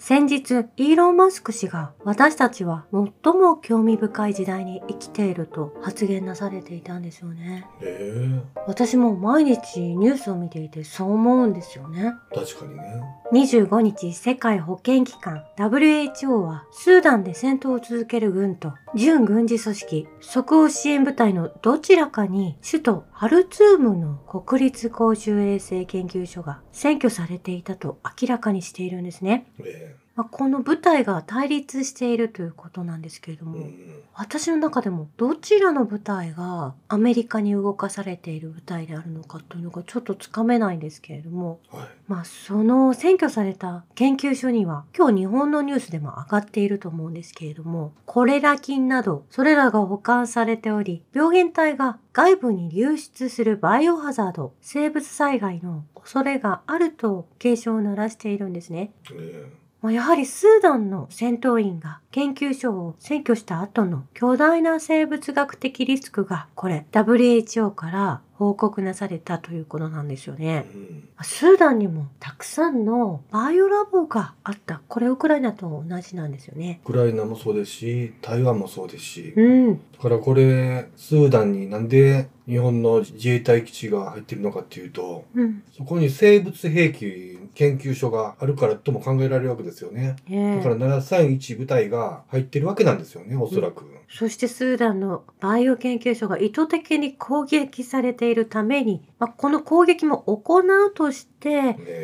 先日、イーロン・マスク氏が私たちは最も興味深い時代に生きていると発言なされていたんですよね。私も毎日ニュースを見ていてそう思うんですよね。 確かにね。 25日、世界保健機関 WHO はスーダンで戦闘を続ける軍と準軍事組織即応支援部隊のどちらかに首都ハルツームの国立公衆衛生研究所が占拠されていたと明らかにしているんですね。この部隊が対立しているということなんですけれども、私の中でもどちらの部隊がアメリカに動かされている部隊であるのかというのがちょっとつかめないんですけれども、その占拠された研究所には今日日本のニュースでも上がっていると思うんですけれども、コレラ菌などそれらが保管されており、病原体が外部に流出するバイオハザード、生物災害の恐れがあると警鐘を鳴らしているんですね。やはりスーダンの戦闘員が研究所を占拠した後の巨大な生物学的リスクがこれ WHO から報告なされたということなんですよね。スーダンにもたくさんのバイオラボがあった。これウクライナと同じなんですよね。 ウクライナもそうですし、台湾もそうですし。だからこれ、スーダンになんで日本の自衛隊基地が入っているのかっていうと、そこに生物兵器研究所があるからとも考えられるわけですよね。だから731部隊が入ってるわけなんですよね、おそらく。 そしてスーダンのバイオ研究所が意図的に攻撃されているために、この攻撃も行うとして、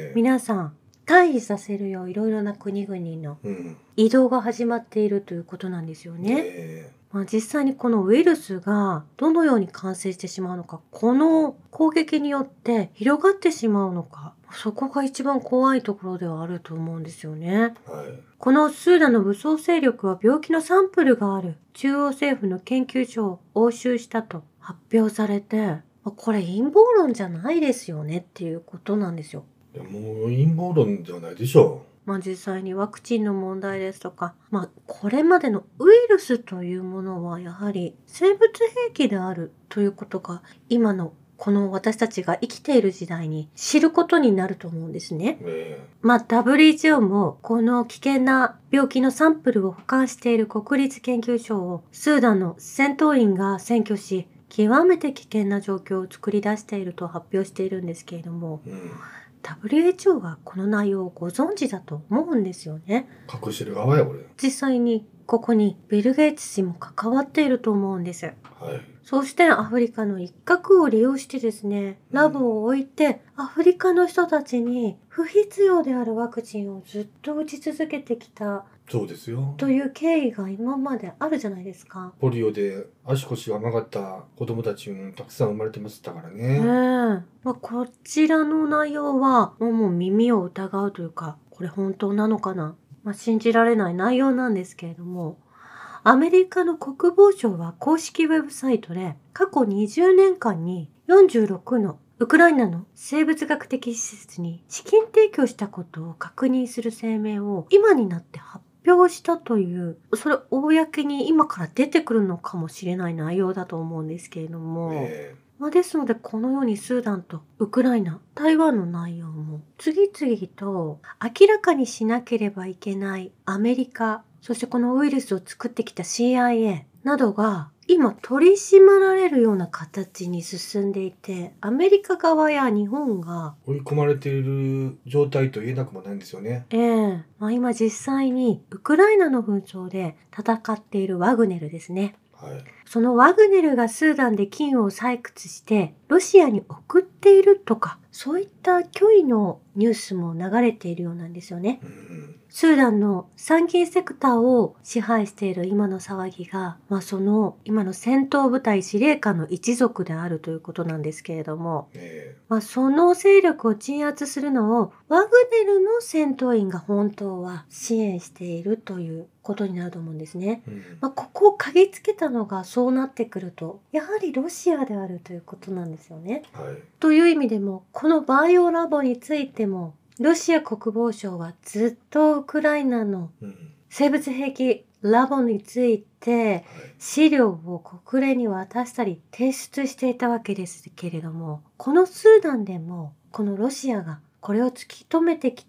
皆さん退避させるよういろいろな国々の移動が始まっているということなんですよね。実際にこのウイルスがどのように感染してしまうのか、この攻撃によって広がってしまうのか、そこが一番怖いところではあると思うんですよね。このスーダンの武装勢力は病気のサンプルがある中央政府の研究所を押収したと発表されて、これ陰謀論じゃないですよねっていうことなんですよ。 もう陰謀論じゃないでしょう。 実際にワクチンの問題ですとか、これまでのウイルスというものはやはり生物兵器であるということが今のこの私たちが生きている時代に知ることになると思うんですね。WHO もこの危険な病気のサンプルを保管している国立研究所をスーダンの戦闘員が占拠し、極めて危険な状況を作り出していると発表しているんですけれども、WHO はこの内容をご存知だと思うんですよね。 隠してる側やこれ。 実際にここにビル・ゲイツ氏も関わっていると思うんです。そしてアフリカの一角を利用してですね、ラボを置いてアフリカの人たちに不必要であるワクチンをずっと打ち続けてきた。 そうですよ。 という経緯が今まであるじゃないですか。 ポリオで足腰が曲がった子供たちもたくさん生まれてましたからね。 こちらの内容はもう耳を疑うというか、これ本当なのかな、信じられない内容なんですけれども、アメリカの国防省は公式ウェブサイトで過去20年間に46のウクライナの生物学的施設に資金提供したことを確認する声明を今になって発表したという、それ公に今から出てくるのかもしれない内容だと思うんですけれども、ですのでこのようにスーダンとウクライナ、台湾の内容も次々と明らかにしなければいけないアメリカ、そしてこのウイルスを作ってきた CIA などが今取り締まられるような形に進んでいて、アメリカ側や日本が追い込まれている状態と言えなくもないんですよね。 今実際にウクライナの紛争で戦っているワグネルですね。そのワグネルがスーダンで金を採掘してロシアに送っているとか、そういった虚偽のニュースも流れているようなんですよね。スーダンの参議院セクターを支配している今の騒ぎが、その今の戦闘部隊司令官の一族であるということなんですけれども、その勢力を鎮圧するのをワグネルの戦闘員が本当は支援しているということになると思うんですね。ここを嗅ぎつけたのがそうなってくると、やはりロシアであるということなんですよね。という意味でも、このバイオラボについても、ロシア国防省はずっとウクライナの生物兵器ラボについて資料を国連に渡したり提出していたわけですけれども、このスーダンでもこのロシアがこれを突き止めてきた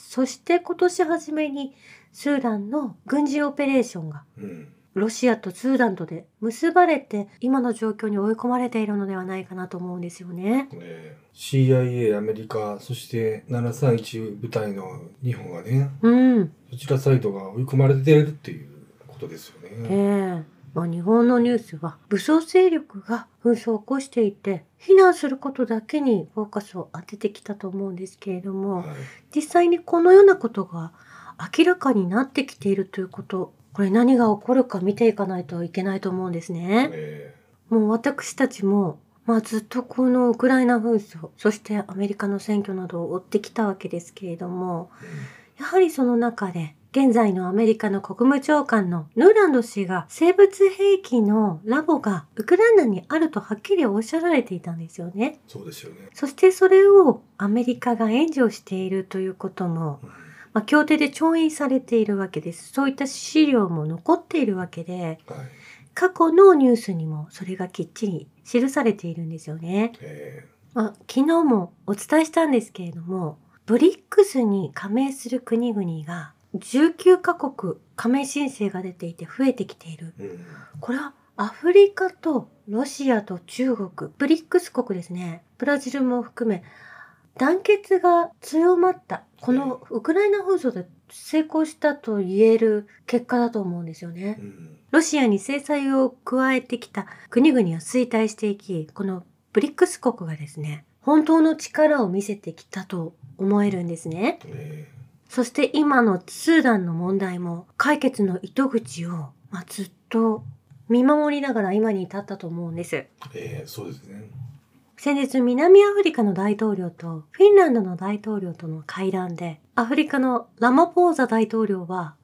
そして今年初めにスーダンの軍事オペレーションが、ロシアとスーダンとで結ばれて今の状況に追い込まれているのではないかなと思うんですよね。 CIA、アメリカ、そして731部隊の日本がね、そちらサイドが追い込まれているっていうことですよね。 日本のニュースは武装勢力が紛争を起こしていて非難することだけにフォーカスを当ててきたと思うんですけれども、実際にこのようなことが明らかになってきているということ、これ何が起こるか見ていかないといけないと思うんですね。もう私たちもずっとこのウクライナ紛争、そしてアメリカの選挙などを追ってきたわけですけれども、やはりその中で現在のアメリカの国務長官のヌーランド氏が生物兵器のラボがウクライナにあるとはっきりおっしゃられていたんですよね。 そうですよね。 そしてそれをアメリカが援助しているということも、協定で調印されているわけです。そういった資料も残っているわけで、過去のニュースにもそれがきっちり記されているんですよね。昨日もお伝えしたんですけれども、ブリックスに加盟する国々が19カ国加盟申請が出ていて増えてきている。これはアフリカとロシアと中国、ブリックス国ですね。ブラジルも含め、団結が強まった。このウクライナ紛争で成功したと言える結果だと思うんですよね。ロシアに制裁を加えてきた国々は衰退していき、このブリックス国がですね、本当の力を見せてきたと思えるんですね。そして今のスーダンの問題も解決の糸口を、ずっと見守りながら今に至ったと思うんです。 そうですね。 先日南アフリカの大統領とフィンランドの大統領との会談で、アフリカのラマポーザ大統領は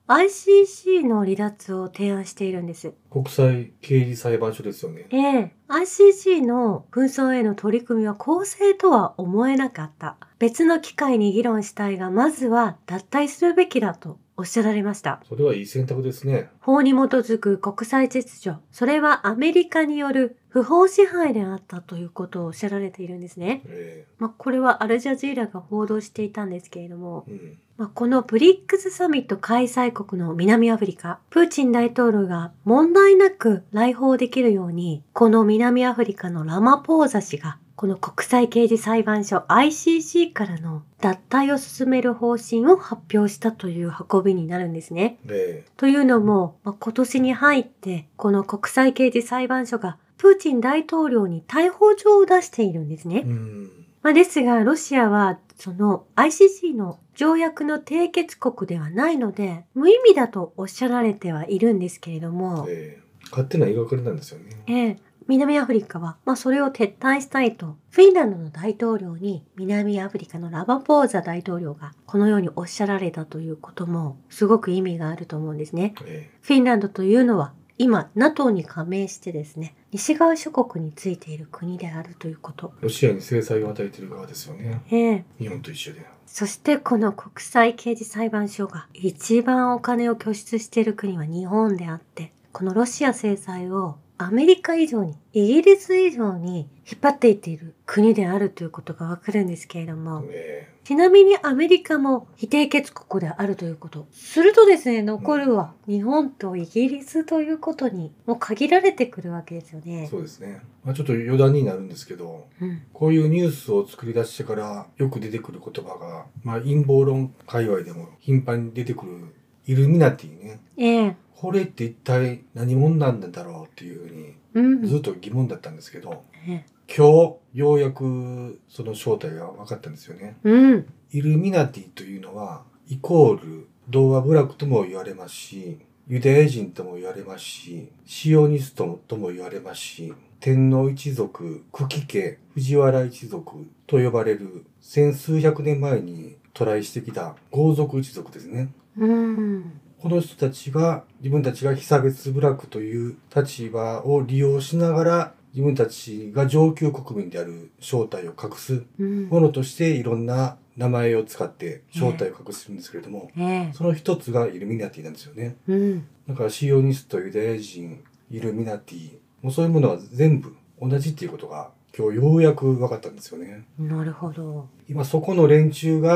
ICC の離脱を提案しているんです。 国際刑事裁判所ですよね。 ICC の紛争への取り組みは公正とは思えなかった。別の機会に議論したいが、まずは脱退するべきだとおっしゃられました。 それはいい選択ですね。 法に基づく国際秩序、それはアメリカによる不法支配であったということをおっしゃられているんですね。これはアルジャジーラが報道していたんですけれども、このブリックスサミット開催国の南アフリカ、プーチン大統領が問題なく来訪できるように、この南アフリカのラマポーザ氏が、この国際刑事裁判所 ICC からの脱退を進める方針を発表したという運びになるんですね。というのも、今年に入ってこの国際刑事裁判所がプーチン大統領に逮捕状を出しているんですね。ですがロシアはその ICC の条約の締結国ではないので無意味だとおっしゃられてはいるんですけれども、 勝手な言いがかりなんですよね。 南アフリカは、それを撤退したいと、フィンランドの大統領に南アフリカのラマポーザ大統領がこのようにおっしゃられたということもすごく意味があると思うんですね。フィンランドというのは今 NATO に加盟してですね、西側諸国についている国であるということ。 ロシアに制裁を与えている側ですよね。日本と一緒で。 そしてこの国際刑事裁判所が一番お金を拠出している国は日本であって、このロシア制裁をアメリカ以上に、イギリス以上に引っ張っていっている国であるということがわかるんですけれども、ちなみにアメリカも非締結国であるということ。するとですね、残るは日本とイギリスということにもう限られてくるわけですよね。 そうですね。ちょっと余談になるんですけど、こういうニュースを作り出してからよく出てくる言葉が、陰謀論界隈でも頻繁に出てくるイルミナティね。これって一体何者なんだろうっていうふうにずっと疑問だったんですけど、今日ようやくその正体が分かったんですよね。イルミナティというのはイコール童話部落とも言われますし、ユダヤ人とも言われますし、シオニストとも言われますし、天皇一族、久喜家、藤原一族と呼ばれる千数百年前に渡来してきた豪族一族ですね。この人たちが自分たちが被差別部落という立場を利用しながら自分たちが上級国民である正体を隠すものとしていろんな名前を使って正体を隠すんですけれども、その一つがイルミナティなんですよね。だからシオニスト、ユダヤ人、イルミナティ、もうそういうものは全部同じっていうことが今日ようやく分かったんですよね。 なるほど。 今そこの連中が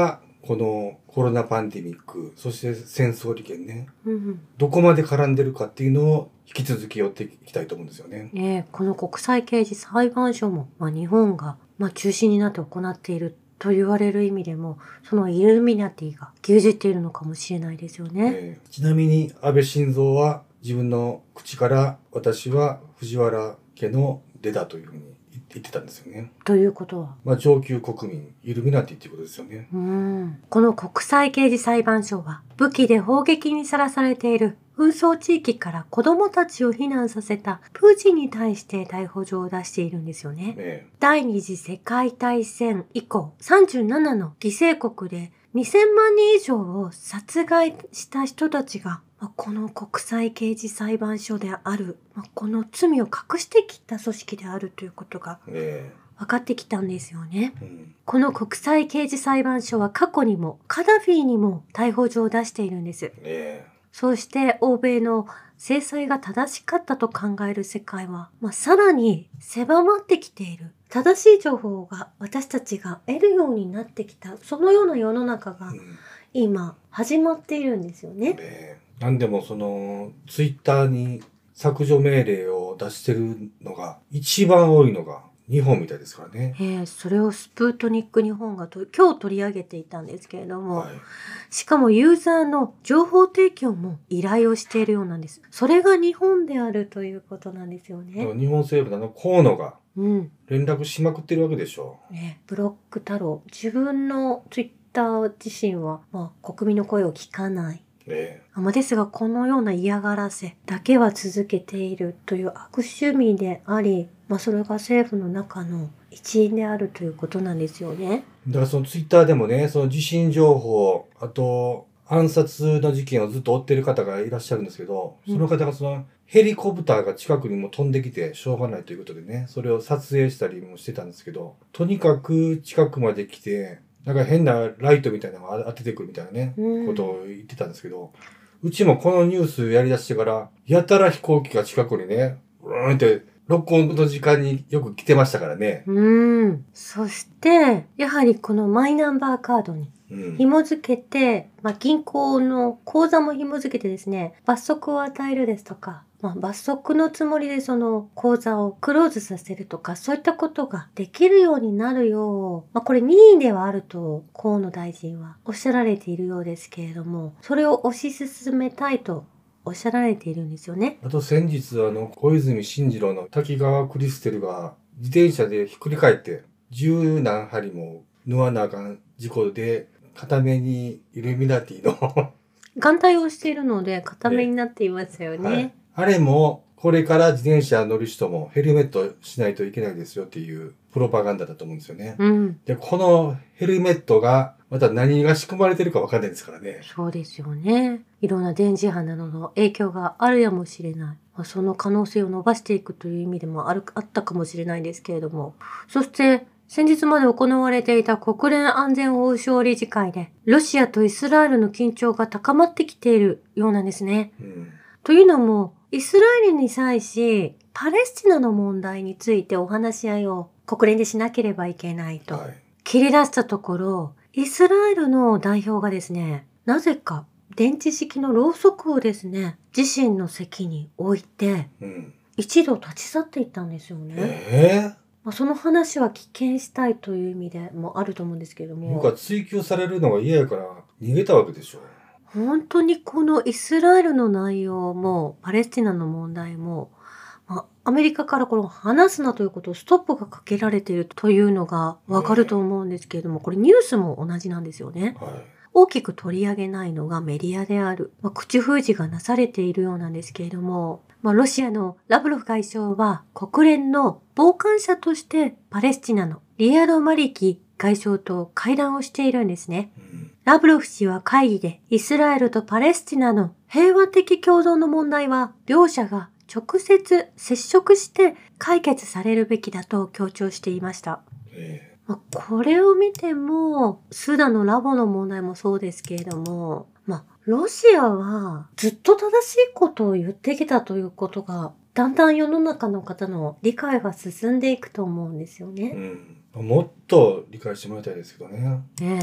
このコロナパンデミック、そして戦争利権ね、 うん、 どこまで絡んでるかっていうのを引き続き追っていきたいと思うんですよね。 この国際刑事裁判所も、日本が、中心になって行っていると言われる意味でも、そのイルミナティが牛耳っているのかもしれないですよね。 ちなみに安倍晋三は自分の口から私は藤原家の出だというふうに言ってたんですよね。 ということは、 上級国民、イルミナティっていうことですよね。 この国際刑事裁判所は武器で砲撃にさらされている紛争地域から子供たちを避難させたプーチンに対して逮捕状を出しているんですよね。第二次世界大戦以降37の犠牲国で2000万人以上を殺害した人たちがこの国際刑事裁判所である、この罪を隠してきた組織であるということが分かってきたんですよね。この国際刑事裁判所は過去にもカダフィにも逮捕状を出しているんです。そうして欧米の制裁が正しかったと考える世界は、さらに狭まってきている。正しい情報が私たちが得るようになってきた。そのような世の中が今始まっているんですよね。 なんでもそのツイッターに削除命令を出してるのが一番多いのが日本みたいですからね。 それをスプートニック日本が今日取り上げていたんですけれども、しかもユーザーの情報提供も依頼をしているようなんです。それが日本であるということなんですよね。 日本政府の河野が連絡しまくってるわけでしょ。 ブロック太郎、自分のツイッター自身は、国民の声を聞かない。ですがこのような嫌がらせだけは続けているという悪趣味であり、それが政府の中の一員であるということなんですよね。 だからそのツイッターでもね、その地震情報、あと暗殺の事件をずっと追ってる方がいらっしゃるんですけど、その方がそのヘリコプターが近くにも飛んできてしょうがないということでね、それを撮影したりもしてたんですけど、とにかく近くまで来て、なんか変なライトみたいなのが当ててくるみたいなね、ことを言ってたんですけど、うちもこのニュースやり出してから、やたら飛行機が近くにね、って録音の時間によく来てましたからね。 そして、やはりこのマイナンバーカードに紐付けて、銀行の口座も紐付けてですね、罰則を与えるですとか、罰則のつもりでその口座をクローズさせるとか、そういったことができるようになるよう、これ任意ではあると河野大臣はおっしゃられているようですけれども、それを推し進めたいとおっしゃられているんですよね。 あと先日小泉進次郎の滝川クリステルが自転車でひっくり返って十何針も縫わなあかん事故で片目にイルミナティの眼帯をしているので片目になっていますよね。 あれもこれから自転車乗る人もヘルメットしないといけないですよっていうプロパガンダだと思うんですよね。で、このヘルメットがまた何が仕組まれてるかわかんないですからね。 そうですよね。いろんな電磁波などの影響があるやもしれない。その可能性を伸ばしていくという意味でもあったかもしれないですけれども。そして先日まで行われていた国連安全保障理事会でロシアとイスラエルの緊張が高まってきているようなんですね。というのもイスラエルに際しパレスチナの問題についてお話し合いを国連でしなければいけないと切り出したところ、イスラエルの代表がですね、なぜか電池式のろうそくをですね、自身の席に置いて、一度立ち去っていったんですよね。その話は棄権したいという意味でもあると思うんですけれども。 僕は追及されるのが嫌やから逃げたわけでしょ。 本当にこのイスラエルの内容もパレスチナの問題も、アメリカからこの話すなということをストップがかけられているというのがわかると思うんですけれども、これニュースも同じなんですよね。大きく取り上げないのがメディアである。口封じがなされているようなんですけれども、ロシアのラブロフ外相は国連の傍観者としてパレスチナのリヤド・マリキ外相と会談をしているんですね。ラブロフ氏は会議でイスラエルとパレスチナの平和的共存の問題は両者が直接接触して解決されるべきだと強調していました。これを見ても、スーダンのラボの問題もそうですけれども、ロシアはずっと正しいことを言ってきたということが、だんだん世の中の方の理解が進んでいくと思うんですよね。 もっと理解してもらいたいですけどね。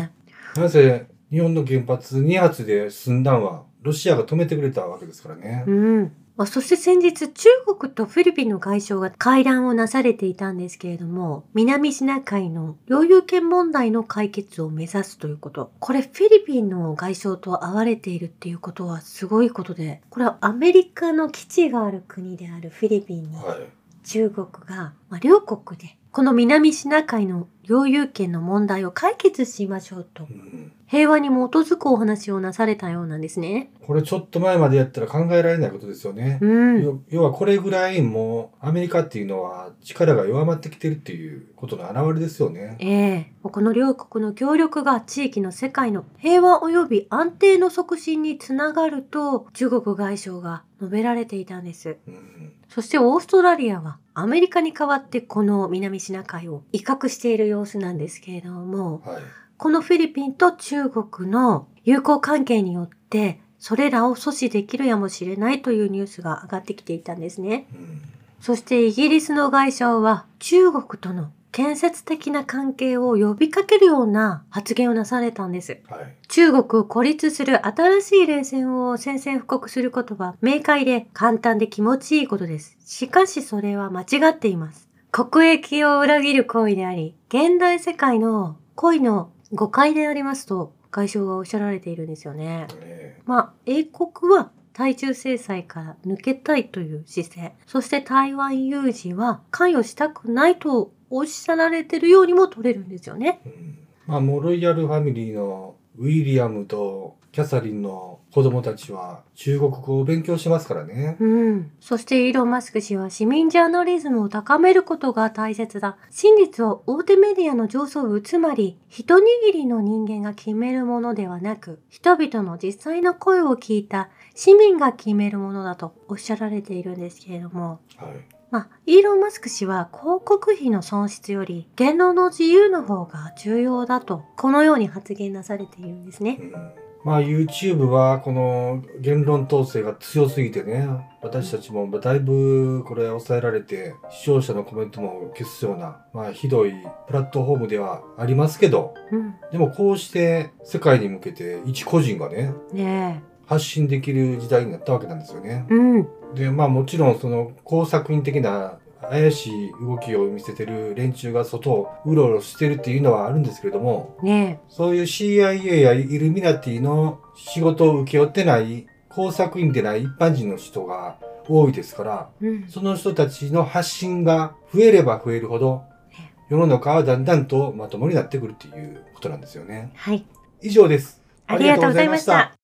なぜ日本の原発2発で済んだんはロシアが止めてくれたわけですからね。 そして先日、中国とフィリピンの外相が会談をなされていたんですけれども、南シナ海の領有権問題の解決を目指すということ。これフィリピンの外相と会われているっていうことはすごいことで、これはアメリカの基地がある国であるフィリピンに、中国が、両国でこの南シナ海の領有権の問題を解決しましょうと、平和に基づくお話をなされたようなんですね。 これちょっと前までやったら考えられないことですよね。要はこれぐらいもうアメリカっていうのは力が弱まってきてるっていうことの表れですよね。 この両国の協力が地域の世界の平和及び安定の促進につながると中国外相が述べられていたんです。そしてオーストラリアはアメリカに代わってこの南シナ海を威嚇している様子なんですけれども、このフィリピンと中国の友好関係によってそれらを阻止できるやもしれないというニュースが上がってきていたんですね。そしてイギリスの外相は中国との建設的な関係を呼びかけるような発言をなされたんです。中国を孤立する新しい冷戦を宣戦布告することは明快で簡単で気持ちいいことです。しかしそれは間違っています。国益を裏切る行為であり、現代世界の恋の誤解でありますと外相がおっしゃられているんですよね。英国は対中制裁から抜けたいという姿勢、そして台湾有事は関与したくないとおっしゃられているようにも取れるんですよね。 もうロイヤルファミリーのウィリアムとキャサリンの子供たちは中国語を勉強してますからね。 そしてイーロン・マスク氏は市民ジャーナリズムを高めることが大切だ。真実は大手メディアの上層部、つまり一握りの人間が決めるものではなく、人々の実際の声を聞いた市民が決めるものだとおっしゃられているんですけれども、イーロン・マスク氏は広告費の損失より言論の自由の方が重要だと、このように発言なされているんですね。 YouTube はこの言論統制が強すぎてね、私たちもだいぶこれ抑えられて、視聴者のコメントも消すような、ひどいプラットフォームではありますけど、でもこうして世界に向けて一個人がね、発信できる時代になったわけなんですよね。で、もちろんその工作員的な怪しい動きを見せてる連中が外をうろうろしてるっていうのはあるんですけれども、そういう CIA やイルミナティの仕事を請け負ってない工作員でない一般人の人が多いですから、その人たちの発信が増えれば増えるほど、世の中はだんだんとまともになってくるっていうことなんですよね。以上です。 ありがとうございました。